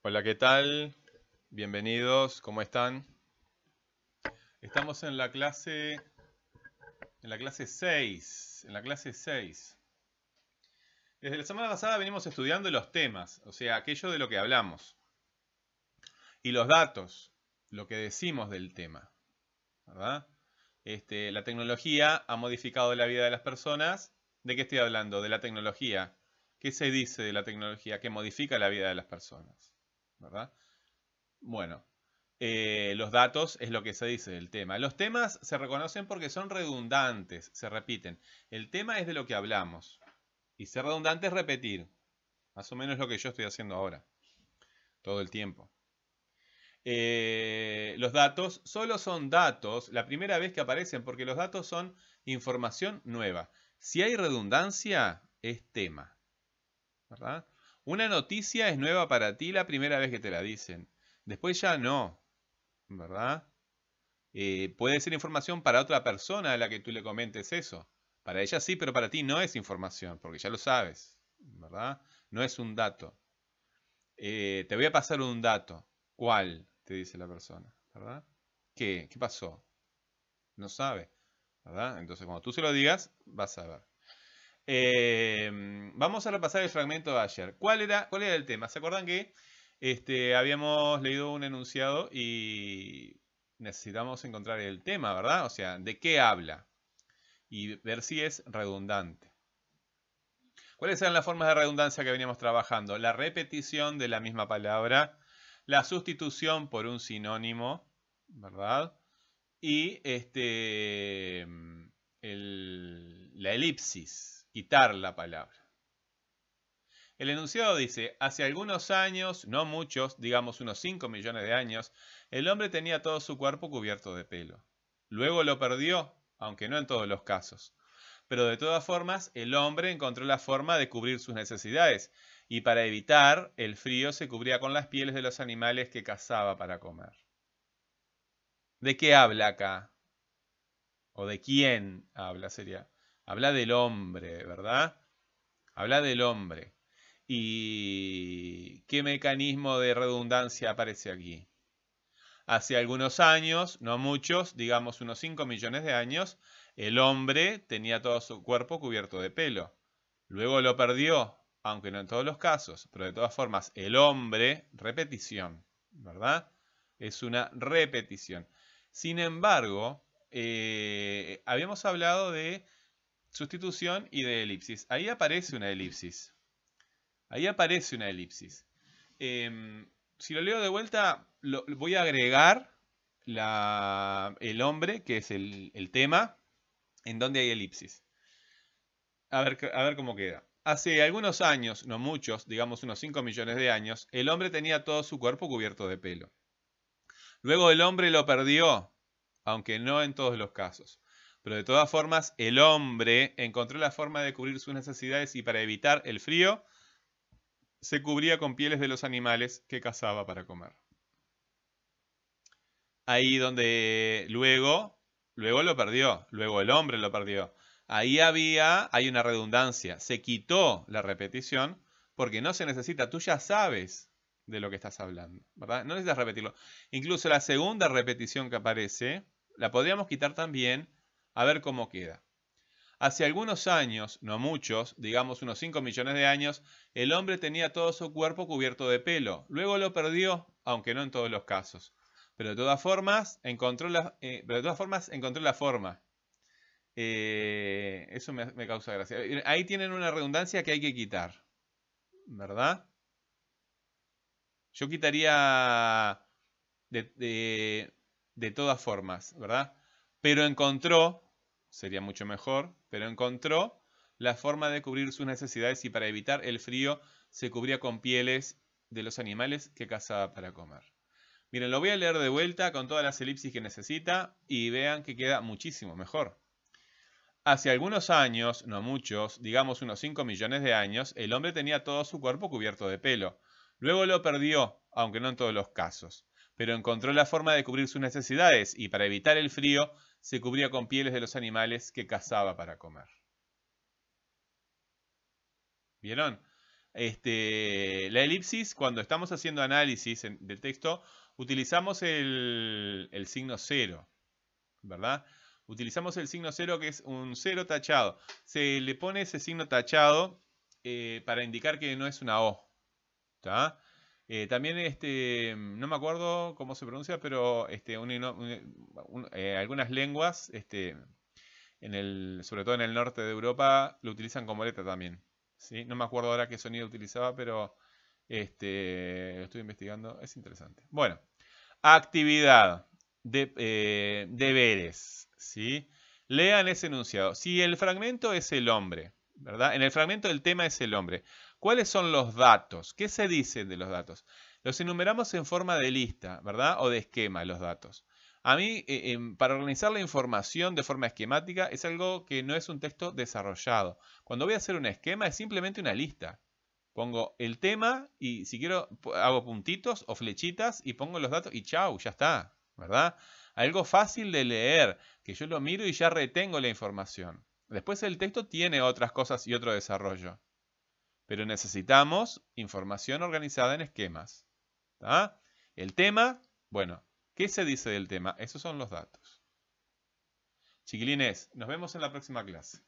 Hola, ¿qué tal? Bienvenidos, ¿cómo están? Estamos en la clase 6, en la clase 6. Desde la semana pasada venimos estudiando los temas, o sea, aquello de lo que hablamos, y los datos, lo que decimos del tema, ¿verdad? La tecnología ha modificado la vida de las personas. ¿De qué estoy hablando? De la tecnología. ¿Qué se dice de la tecnología que modifica la vida de las personas? ¿Verdad? Bueno, los datos es lo que se dice del tema. Los temas se reconocen porque son redundantes, se repiten. El tema es de lo que hablamos. Y ser redundante es repetir. Más o menos lo que yo estoy haciendo ahora, todo el tiempo. Los datos solo son datos la primera vez que aparecen porque los datos son información nueva. Si hay redundancia, es tema, ¿verdad? Una noticia es nueva para ti la primera vez que te la dicen. Después ya no, ¿verdad? Puede ser información para otra persona a la que tú le comentes eso. Para ella sí, pero para ti no es información, porque ya lo sabes, ¿verdad? No es un dato. Te voy a pasar un dato. ¿Cuál? Te dice la persona, ¿verdad? ¿Qué? ¿Qué pasó? No sabe, ¿verdad? Entonces cuando tú se lo digas, vas a ver. Vamos a repasar el fragmento de ayer. ¿Cuál era el tema? ¿Se acuerdan que habíamos leído un enunciado y necesitamos encontrar el tema, ¿verdad? O sea, ¿de qué habla? Y ver si es redundante. ¿Cuáles eran las formas de redundancia que veníamos trabajando? La repetición de la misma palabra, la sustitución por un sinónimo, ¿verdad? Y la elipsis, quitar la palabra. El enunciado dice, hace algunos años, no muchos, digamos unos 5 millones de años, el hombre tenía todo su cuerpo cubierto de pelo. Luego lo perdió, aunque no en todos los casos. Pero de todas formas, el hombre encontró la forma de cubrir sus necesidades, y para evitar el frío se cubría con las pieles de los animales que cazaba para comer. ¿De qué habla acá? ¿O de quién habla sería? Habla del hombre, ¿verdad? Habla del hombre. ¿Y qué mecanismo de redundancia aparece aquí? Hace algunos años, no muchos, digamos unos 5 millones de años, el hombre tenía todo su cuerpo cubierto de pelo. Luego lo perdió, aunque no en todos los casos, pero de todas formas, el hombre, repetición, ¿verdad? Es una repetición. Sin embargo, habíamos hablado de sustitución y de elipsis. Ahí aparece una elipsis. Ahí aparece una elipsis. Si lo leo de vuelta, voy a agregar el hombre, que es el tema, en donde hay elipsis. A ver cómo queda. Hace algunos años, no muchos, digamos unos 5 millones de años, el hombre tenía todo su cuerpo cubierto de pelo. Luego el hombre lo perdió, aunque no en todos los casos. Pero de todas formas, el hombre encontró la forma de cubrir sus necesidades y para evitar el frío, se cubría con pieles de los animales que cazaba para comer. Ahí donde luego lo perdió, luego el hombre lo perdió. Ahí hay una redundancia, se quitó la repetición porque no se necesita, tú ya sabes de lo que estás hablando, ¿verdad? No necesitas repetirlo. Incluso la segunda repetición que aparece, la podríamos quitar también, a ver cómo queda. Hace algunos años, no muchos, digamos unos 5 millones de años, el hombre tenía todo su cuerpo cubierto de pelo. Luego lo perdió, aunque no en todos los casos. Pero de todas formas, encontró la forma. Eso me causa gracia. Ahí tienen una redundancia que hay que quitar, ¿verdad? Yo quitaría de todas formas, ¿verdad? Pero encontró, sería mucho mejor, pero encontró la forma de cubrir sus necesidades y para evitar el frío se cubría con pieles de los animales que cazaba para comer. Miren, lo voy a leer de vuelta con todas las elipsis que necesita y vean que queda muchísimo mejor. Hace algunos años, no muchos, digamos unos 5 millones de años, el hombre tenía todo su cuerpo cubierto de pelo. Luego lo perdió, aunque no en todos los casos. Pero encontró la forma de cubrir sus necesidades y para evitar el frío se cubría con pieles de los animales que cazaba para comer. ¿Vieron? La elipsis, cuando estamos haciendo análisis del texto, utilizamos el signo cero, ¿verdad? Utilizamos el signo cero, que es un cero tachado. Se le pone ese signo tachado para indicar que no es una O. ¿Está? También, no me acuerdo cómo se pronuncia, pero algunas lenguas, sobre todo en el norte de Europa, lo utilizan como letra también. ¿Sí? No me acuerdo ahora qué sonido utilizaba, pero lo estoy investigando. Es interesante. Bueno, actividad, deberes. ¿Sí? Lean ese enunciado. Si el fragmento es el hombre, ¿verdad? En el fragmento el tema es el hombre. ¿Cuáles son los datos? ¿Qué se dice de los datos? Los enumeramos en forma de lista, ¿verdad? O de esquema los datos. A mí, para organizar la información de forma esquemática, es algo que no es un texto desarrollado. Cuando voy a hacer un esquema es simplemente una lista. Pongo el tema y si quiero hago puntitos o flechitas y pongo los datos y chau, ya está, ¿verdad? Algo fácil de leer, que yo lo miro y ya retengo la información. Después el texto tiene otras cosas y otro desarrollo. Pero necesitamos información organizada en esquemas. ¿Tá? El tema, bueno, ¿qué se dice del tema? Esos son los datos. Chiquilines, nos vemos en la próxima clase.